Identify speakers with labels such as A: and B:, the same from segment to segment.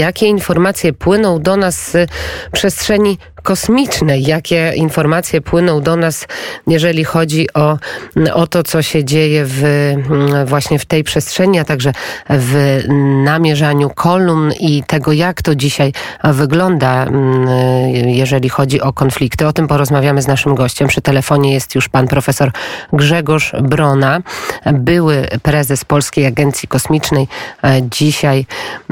A: Jakie informacje płyną do nas z przestrzeni kosmicznej? Jakie informacje płyną do nas, jeżeli chodzi o to, co się dzieje właśnie w tej przestrzeni, a także w namierzaniu kolumn i tego, jak to dzisiaj wygląda, jeżeli chodzi o konflikty? O tym porozmawiamy z naszym gościem. Przy telefonie jest już pan profesor Grzegorz Brona, były prezes Polskiej Agencji Kosmicznej, dzisiaj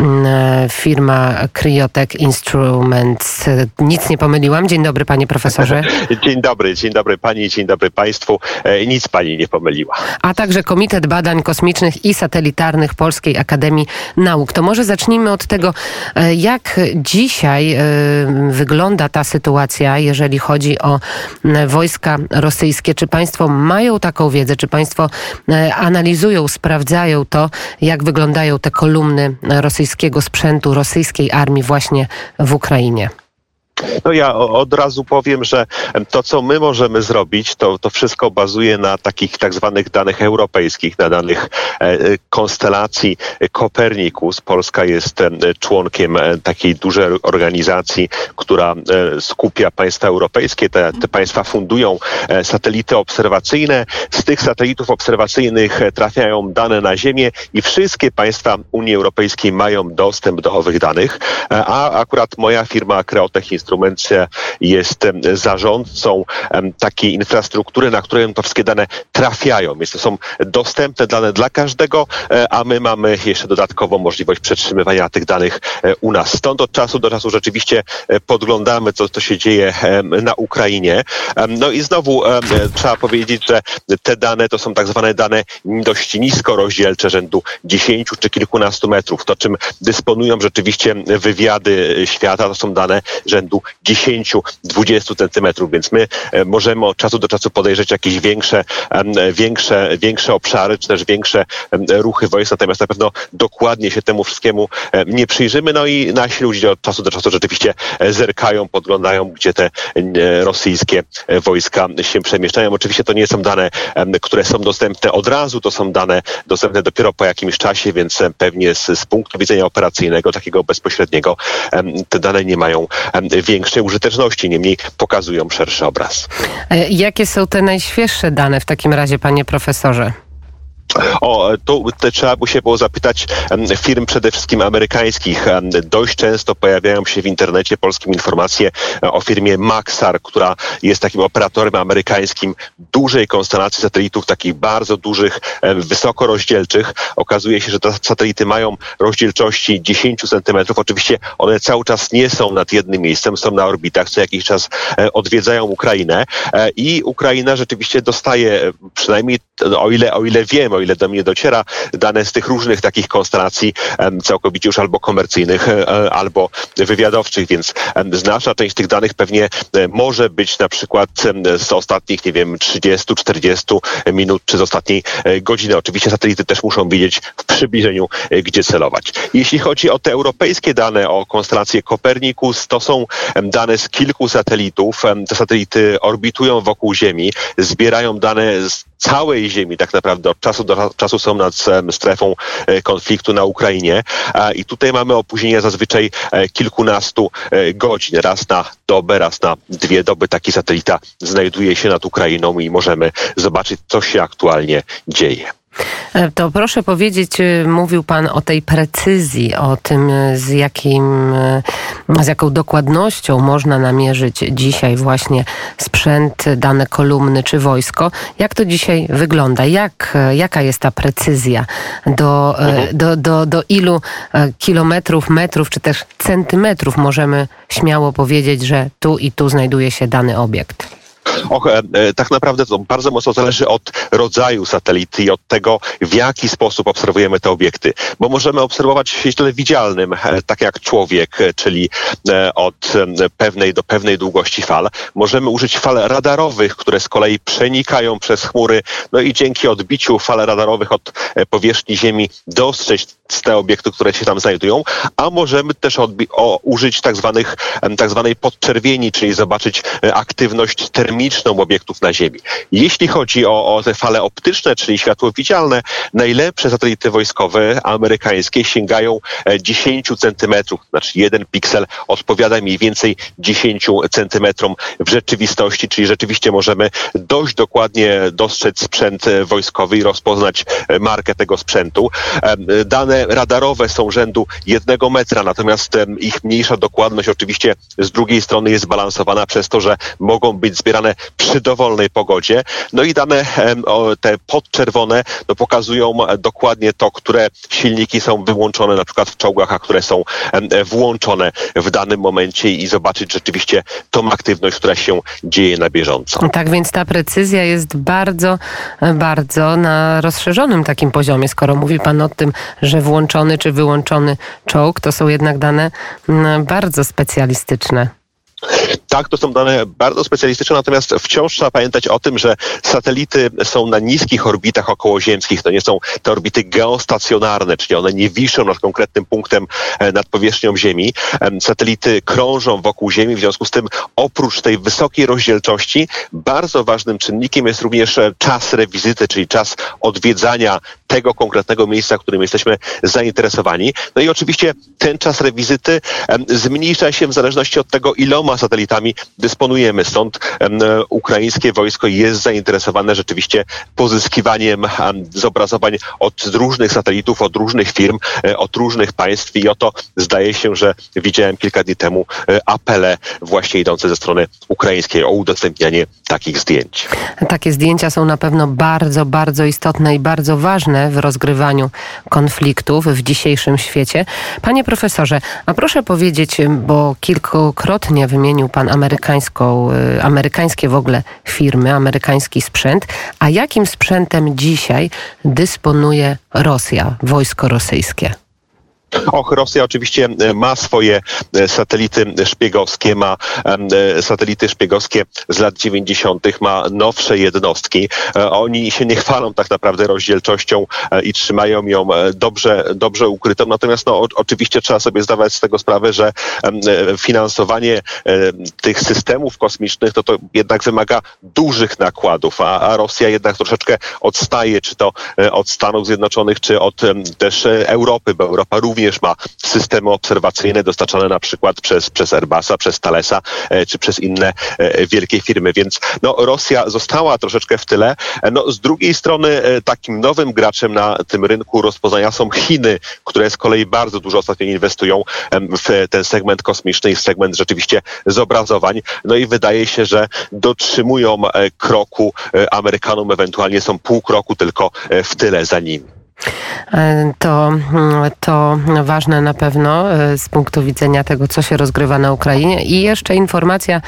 A: firma Cryotech Instruments. Nic nie pomyliłam. Dzień dobry, panie profesorze.
B: Dzień dobry pani, dzień dobry państwu. Nic pani nie pomyliła.
A: A także Komitet Badań Kosmicznych i Satelitarnych Polskiej Akademii Nauk. To może zacznijmy od tego, jak dzisiaj wygląda ta sytuacja, jeżeli chodzi o wojska rosyjskie. Czy państwo mają taką wiedzę? Czy państwo analizują, sprawdzają to, jak wyglądają te kolumny rosyjskiego sprzętu, rosyjskiej armii właśnie w Ukrainie?
B: No ja od razu powiem, że to, co my możemy zrobić, to wszystko bazuje na takich tak zwanych danych europejskich, na danych konstelacji Copernicus. Polska jest członkiem takiej dużej organizacji, która skupia państwa europejskie. Te państwa fundują satelity obserwacyjne. Z tych satelitów obserwacyjnych trafiają dane na Ziemię i wszystkie państwa Unii Europejskiej mają dostęp do owych danych, a akurat moja firma Cryotech Instruments jest zarządcą takiej infrastruktury, na której to wszystkie dane trafiają. Więc to są dostępne dane dla każdego, a my mamy jeszcze dodatkową możliwość przetrzymywania tych danych u nas. Stąd od czasu do czasu rzeczywiście podglądamy, co się dzieje na Ukrainie. No i znowu trzeba powiedzieć, że te dane to są tak zwane dane dość nisko-rozdzielcze, rzędu 10 czy kilkunastu metrów. To, czym dysponują rzeczywiście wywiady świata, to są dane rzędu 10-20 centymetrów, więc my możemy od czasu do czasu podejrzeć jakieś większe obszary, czy też większe ruchy wojsk, natomiast na pewno dokładnie się temu wszystkiemu nie przyjrzymy. No i nasi ludzie od czasu do czasu rzeczywiście zerkają, podglądają, gdzie te rosyjskie wojska się przemieszczają. Oczywiście to nie są dane, które są dostępne od razu, to są dane dostępne dopiero po jakimś czasie, więc pewnie z punktu widzenia operacyjnego, takiego bezpośredniego, te dane nie mają większej użyteczności, niemniej pokazują szerszy obraz.
A: Jakie są te najświeższe dane w takim razie, panie profesorze?
B: Tu trzeba by się było zapytać firm przede wszystkim amerykańskich. Dość często pojawiają się w internecie polskim informacje o firmie Maxar, która jest takim operatorem amerykańskim dużej konstelacji satelitów, takich bardzo dużych, wysokorozdzielczych. Okazuje się, że te satelity mają rozdzielczości 10 centymetrów. Oczywiście one cały czas nie są nad jednym miejscem, są na orbitach, co jakiś czas odwiedzają Ukrainę i Ukraina rzeczywiście dostaje, przynajmniej o ile wiem, o ile do mnie dociera, dane z tych różnych takich konstelacji całkowicie już albo komercyjnych, albo wywiadowczych, więc znaczna część tych danych pewnie może być na przykład z ostatnich, 30-40 minut, czy z ostatniej godziny. Oczywiście satelity też muszą wiedzieć w przybliżeniu, gdzie celować. Jeśli chodzi o te europejskie dane, o konstelację Copernicus, to są dane z kilku satelitów. Te satelity orbitują wokół Ziemi, zbierają dane z całej Ziemi, tak naprawdę od czasu do czasu są nad strefą konfliktu na Ukrainie i tutaj mamy opóźnienia zazwyczaj kilkunastu godzin. Raz na dobę, raz na 2 doby taki satelita znajduje się nad Ukrainą i możemy zobaczyć, co się aktualnie dzieje.
A: To proszę powiedzieć, mówił pan o tej precyzji, o tym, z jaką dokładnością można namierzyć dzisiaj właśnie sprzęt, dane kolumny czy wojsko. Jak to dzisiaj wygląda? Jaka jest ta precyzja? Do ilu kilometrów, metrów czy też centymetrów możemy śmiało powiedzieć, że tu i tu znajduje się dany obiekt?
B: Tak naprawdę to bardzo mocno zależy od rodzaju satelity i od tego, w jaki sposób obserwujemy te obiekty. Bo możemy obserwować w świetle widzialnym, tak jak człowiek, czyli od pewnej do pewnej długości fal. Możemy użyć fal radarowych, które z kolei przenikają przez chmury, no i dzięki odbiciu fal radarowych od powierzchni Ziemi dostrzec te obiekty, które się tam znajdują, a możemy też użyć tak zwanej podczerwieni, czyli zobaczyć aktywność termiczną fotoniczną obiektów na Ziemi. Jeśli chodzi o te fale optyczne, czyli światło widzialne, najlepsze satelity wojskowe amerykańskie sięgają 10 centymetrów, znaczy jeden piksel odpowiada mniej więcej 10 centymetrom w rzeczywistości, czyli rzeczywiście możemy dość dokładnie dostrzec sprzęt wojskowy i rozpoznać markę tego sprzętu. Dane radarowe są rzędu 1 metra, natomiast ich mniejsza dokładność oczywiście z drugiej strony jest balansowana przez to, że mogą być zbierane przy dowolnej pogodzie. No i dane te podczerwone pokazują dokładnie to, które silniki są wyłączone na przykład w czołgach, a które są włączone w danym momencie i zobaczyć rzeczywiście tą aktywność, która się dzieje na bieżąco.
A: Tak więc ta precyzja jest bardzo, bardzo na rozszerzonym takim poziomie. Skoro mówi pan o tym, że włączony czy wyłączony czołg, to są jednak dane bardzo specjalistyczne.
B: Tak, to są dane bardzo specjalistyczne, natomiast wciąż trzeba pamiętać o tym, że satelity są na niskich orbitach okołoziemskich. To nie są te orbity geostacjonarne, czyli one nie wiszą nad konkretnym punktem nad powierzchnią Ziemi. Satelity krążą wokół Ziemi, w związku z tym oprócz tej wysokiej rozdzielczości bardzo ważnym czynnikiem jest również czas rewizyty, czyli czas odwiedzania tego konkretnego miejsca, którym jesteśmy zainteresowani. No i oczywiście ten czas rewizyty zmniejsza się w zależności od tego, iloma satelitami dysponujemy. Stąd ukraińskie wojsko jest zainteresowane rzeczywiście pozyskiwaniem zobrazowań od różnych satelitów, od różnych firm, od różnych państw i oto zdaje się, że widziałem kilka dni temu apele właśnie idące ze strony ukraińskiej o udostępnianie takich zdjęć. Takie
A: zdjęcia są na pewno bardzo, bardzo istotne i bardzo ważne w rozgrywaniu konfliktów w dzisiejszym świecie. Panie profesorze, a proszę powiedzieć, bo kilkukrotnie wymienił pan amerykańskie w ogóle firmy, amerykański sprzęt, a jakim sprzętem dzisiaj dysponuje Rosja, wojsko rosyjskie?
B: Rosja oczywiście ma swoje satelity szpiegowskie, ma satelity szpiegowskie z lat 90., ma nowsze jednostki. Oni się nie chwalą tak naprawdę rozdzielczością i trzymają ją dobrze ukrytą. Natomiast oczywiście trzeba sobie zdawać z tego sprawę, że finansowanie tych systemów kosmicznych to jednak wymaga dużych nakładów, a Rosja jednak troszeczkę odstaje, czy to od Stanów Zjednoczonych, czy od też Europy, bo Europa również ma systemy obserwacyjne dostarczane na przykład przez Airbusa, przez Thalesa, czy przez inne wielkie firmy. Więc Rosja została troszeczkę w tyle. Z drugiej strony takim nowym graczem na tym rynku rozpoznania są Chiny, które z kolei bardzo dużo ostatnio inwestują w ten segment kosmiczny i w segment rzeczywiście zobrazowań. I wydaje się, że dotrzymują kroku Amerykanom, ewentualnie są pół kroku tylko w tyle za nimi.
A: To ważne na pewno z punktu widzenia tego, co się rozgrywa na Ukrainie. I jeszcze informacja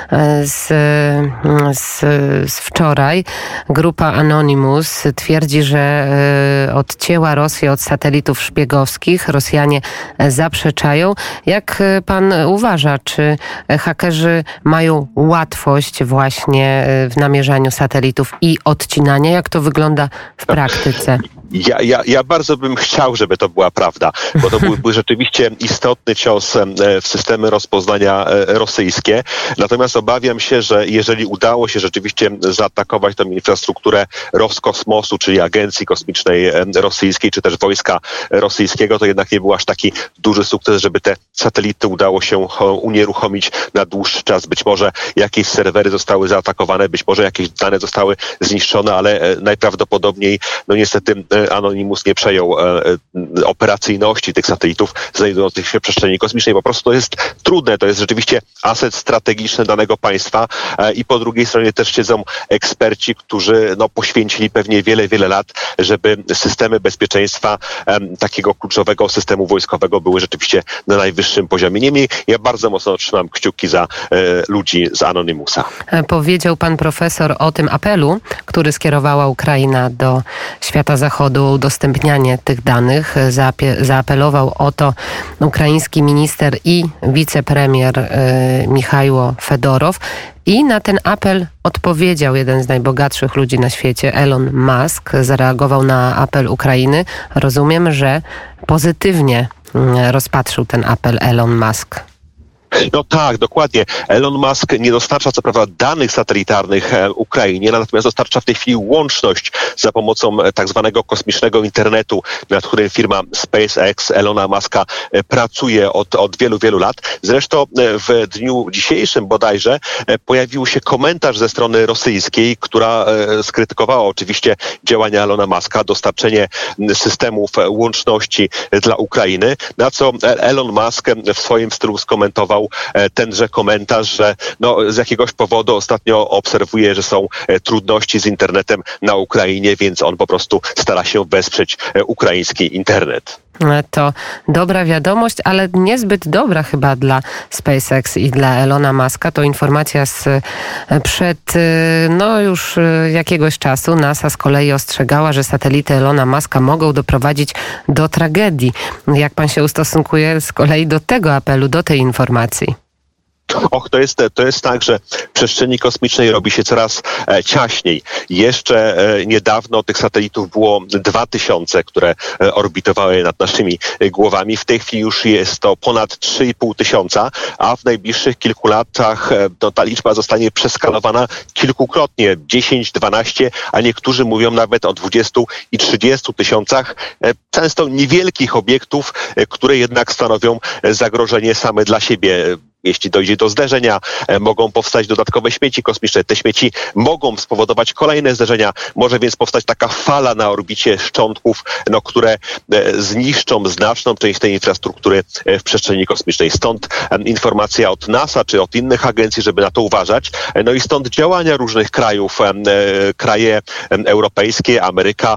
A: z wczoraj. Grupa Anonymous twierdzi, że odcięła Rosję od satelitów szpiegowskich. Rosjanie zaprzeczają. Jak pan uważa, czy hakerzy mają łatwość właśnie w namierzaniu satelitów i odcinania? Jak to wygląda w praktyce?
B: Ja bardzo bym chciał, żeby to była prawda, bo to byłby rzeczywiście istotny cios w systemy rozpoznania rosyjskie. Natomiast obawiam się, że jeżeli udało się rzeczywiście zaatakować tę infrastrukturę Roskosmosu, czyli Agencji Kosmicznej Rosyjskiej, czy też wojska rosyjskiego, to jednak nie był aż taki duży sukces, żeby te satelity udało się unieruchomić na dłuższy czas. Być może jakieś serwery zostały zaatakowane, być może jakieś dane zostały zniszczone, ale najprawdopodobniej, niestety Anonymous nie przejął operacyjności tych satelitów znajdujących się w przestrzeni kosmicznej. Po prostu to jest trudne, to jest rzeczywiście aset strategiczny danego państwa i po drugiej stronie też siedzą eksperci, którzy poświęcili pewnie wiele lat, żeby systemy bezpieczeństwa takiego kluczowego systemu wojskowego były rzeczywiście na najwyższym poziomie. Niemniej ja bardzo mocno trzymam kciuki za ludzi z Anonymousa.
A: Powiedział pan profesor o tym apelu, który skierowała Ukraina do świata zachodu, udostępnianie tych danych. Zaapelował o to ukraiński minister i wicepremier Michajło Fedorow. I na ten apel odpowiedział jeden z najbogatszych ludzi na świecie, Elon Musk. Zareagował na apel Ukrainy. Rozumiem, że pozytywnie rozpatrzył ten apel Elon Musk.
B: No tak, dokładnie. Elon Musk nie dostarcza co prawda danych satelitarnych Ukrainie, natomiast dostarcza w tej chwili łączność za pomocą tak zwanego kosmicznego internetu, nad którym firma SpaceX Elona Muska pracuje od wielu, wielu lat. Zresztą w dniu dzisiejszym bodajże pojawił się komentarz ze strony rosyjskiej, która skrytykowała oczywiście działania Elona Muska, dostarczenie systemów łączności dla Ukrainy, na co Elon Musk w swoim stylu skomentował tenże komentarz, że z jakiegoś powodu ostatnio obserwuje, że są trudności z internetem na Ukrainie, więc on po prostu stara się wesprzeć ukraiński internet.
A: To dobra wiadomość, ale niezbyt dobra chyba dla SpaceX i dla Elona Muska. To informacja sprzed już jakiegoś czasu. NASA z kolei ostrzegała, że satelity Elona Muska mogą doprowadzić do tragedii. Jak pan się ustosunkuje z kolei do tego apelu, do tej informacji?
B: To jest tak, że w przestrzeni kosmicznej robi się coraz ciaśniej. Jeszcze niedawno tych satelitów było 2000, które orbitowały nad naszymi głowami. W tej chwili już jest to ponad 3,5 tysiąca, a w najbliższych kilku latach ta liczba zostanie przeskalowana kilkukrotnie, 10, 12, a niektórzy mówią nawet o 20 i 30 tysiącach często niewielkich obiektów, które jednak stanowią zagrożenie same dla siebie. Jeśli dojdzie do zderzenia, mogą powstać dodatkowe śmieci kosmiczne. Te śmieci mogą spowodować kolejne zderzenia. Może więc powstać taka fala na orbicie szczątków, które zniszczą znaczną część tej infrastruktury w przestrzeni kosmicznej. Stąd informacja od NASA czy od innych agencji, żeby na to uważać. I stąd działania różnych krajów. Kraje europejskie, Ameryka,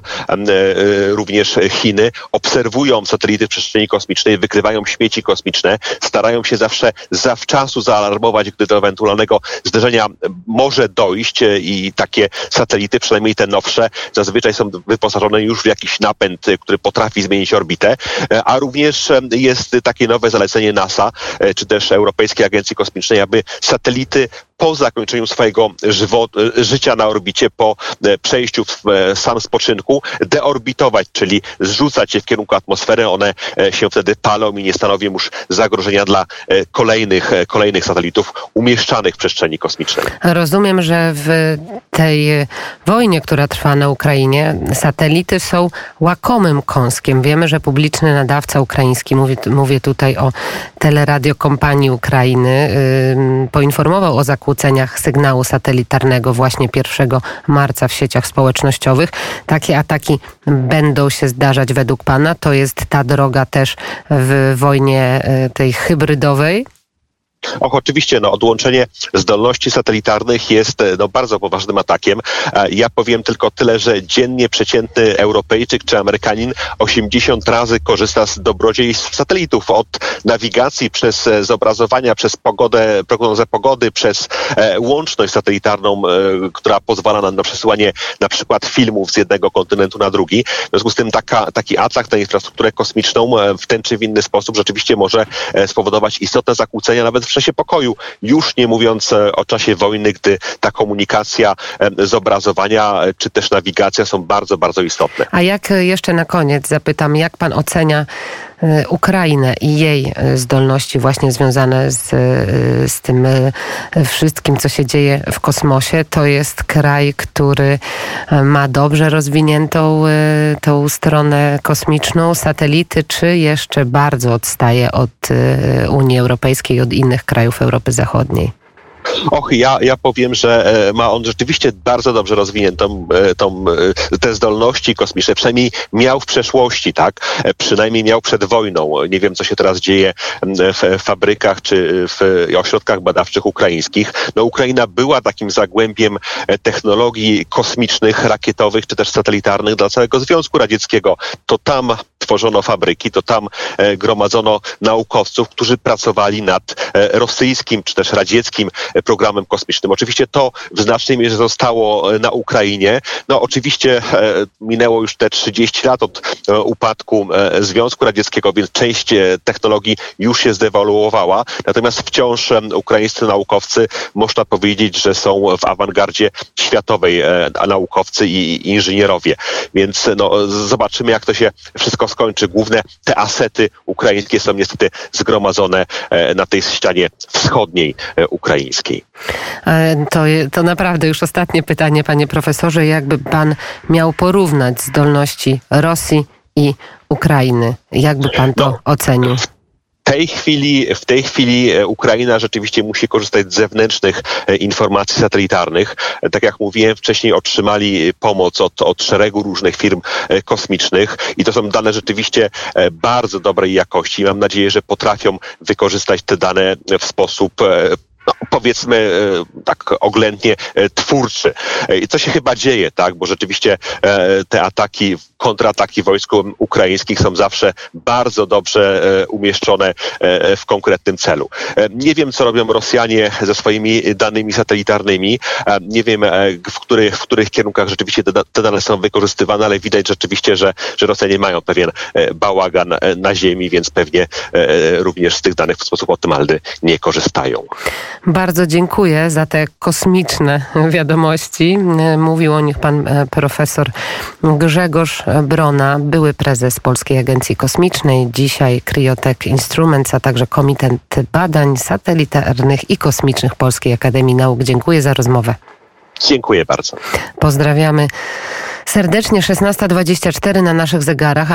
B: również Chiny obserwują satelity w przestrzeni kosmicznej, wykrywają śmieci kosmiczne, starają się zawsze zawczasu zaalarmować, gdy do ewentualnego zderzenia może dojść i takie satelity, przynajmniej te nowsze, zazwyczaj są wyposażone już w jakiś napęd, który potrafi zmienić orbitę, a również jest takie nowe zalecenie NASA, czy też Europejskiej Agencji Kosmicznej, aby satelity po zakończeniu swojego życia na orbicie, po przejściu w sam spoczynku, deorbitować, czyli zrzucać je w kierunku atmosfery. One się wtedy palą i nie stanowią już zagrożenia dla kolejnych satelitów umieszczanych w przestrzeni kosmicznej. Rozumiem,
A: że w tej wojnie, która trwa na Ukrainie, satelity są łakomym kąskiem. Wiemy, że publiczny nadawca ukraiński, mówię tutaj o Teleradiokompanii Ukrainy, poinformował o zakłóceniach sygnału satelitarnego właśnie 1 marca w sieciach społecznościowych. Takie ataki będą się zdarzać według pana? To jest ta droga też w wojnie tej hybrydowej?
B: Oczywiście, odłączenie zdolności satelitarnych jest bardzo poważnym atakiem. Ja powiem tylko tyle, że dziennie przeciętny Europejczyk czy Amerykanin 80 razy korzysta z dobrodziejstw satelitów. Od nawigacji, przez zobrazowania, przez prognozę pogody, przez łączność satelitarną, która pozwala nam na przesyłanie na przykład filmów z jednego kontynentu na drugi. W związku z tym taki atak na infrastrukturę kosmiczną w ten czy w inny sposób rzeczywiście może spowodować istotne zakłócenia nawet w czasie pokoju, już nie mówiąc o czasie wojny, gdy ta komunikacja, zobrazowania czy też nawigacja są bardzo, bardzo istotne.
A: A jak jeszcze na koniec zapytam, jak pan ocenia Ukrainę i jej zdolności właśnie związane z tym wszystkim, co się dzieje w kosmosie? To jest kraj, który ma dobrze rozwiniętą tą stronę kosmiczną, satelity, czy jeszcze bardzo odstaje od Unii Europejskiej i od innych krajów Europy Zachodniej?
B: Ja powiem, że ma on rzeczywiście bardzo dobrze rozwiniętą te zdolności kosmiczne. Przynajmniej miał w przeszłości, tak? Przynajmniej miał przed wojną. Nie wiem, co się teraz dzieje w fabrykach czy w ośrodkach badawczych ukraińskich. Ukraina była takim zagłębiem technologii kosmicznych, rakietowych czy też satelitarnych dla całego Związku Radzieckiego. To tam tworzono fabryki, to tam gromadzono naukowców, którzy pracowali nad rosyjskim czy też radzieckim programem kosmicznym. Oczywiście to w znacznej mierze zostało na Ukrainie. Oczywiście minęło już te 30 lat od upadku Związku Radzieckiego, więc część technologii już się zdewaluowała. Natomiast wciąż ukraińscy naukowcy, można powiedzieć, że są w awangardzie światowej, naukowcy i inżynierowie. Więc zobaczymy, jak to się wszystko skończy. Główne te asety ukraińskie są niestety zgromadzone na tej ścianie wschodniej ukraińskiej.
A: To naprawdę już ostatnie pytanie, panie profesorze. Jakby pan miał porównać zdolności Rosji i Ukrainy? Jakby pan to ocenił?
B: W tej chwili Ukraina rzeczywiście musi korzystać z zewnętrznych informacji satelitarnych. Tak jak mówiłem wcześniej, otrzymali pomoc od szeregu różnych firm kosmicznych i to są dane rzeczywiście bardzo dobrej jakości. Mam nadzieję, że potrafią wykorzystać te dane w sposób powiedzmy tak oględnie twórczy. I co się chyba dzieje, tak? Bo rzeczywiście te kontrataki wojsk ukraińskich są zawsze bardzo dobrze umieszczone w konkretnym celu. Nie wiem, co robią Rosjanie ze swoimi danymi satelitarnymi. Nie wiem, w których kierunkach rzeczywiście te dane są wykorzystywane, ale widać rzeczywiście, że Rosjanie mają pewien bałagan na ziemi, więc pewnie również z tych danych w sposób optymalny nie korzystają.
A: Bardzo dziękuję za te kosmiczne wiadomości. Mówił o nich pan profesor Grzegorz Brona, były prezes Polskiej Agencji Kosmicznej, dzisiaj Cryotech Instruments, a także Komitet Badań Satelitarnych i Kosmicznych Polskiej Akademii Nauk. Dziękuję za rozmowę.
B: Dziękuję bardzo.
A: Pozdrawiamy serdecznie. 16:24 na naszych zegarach.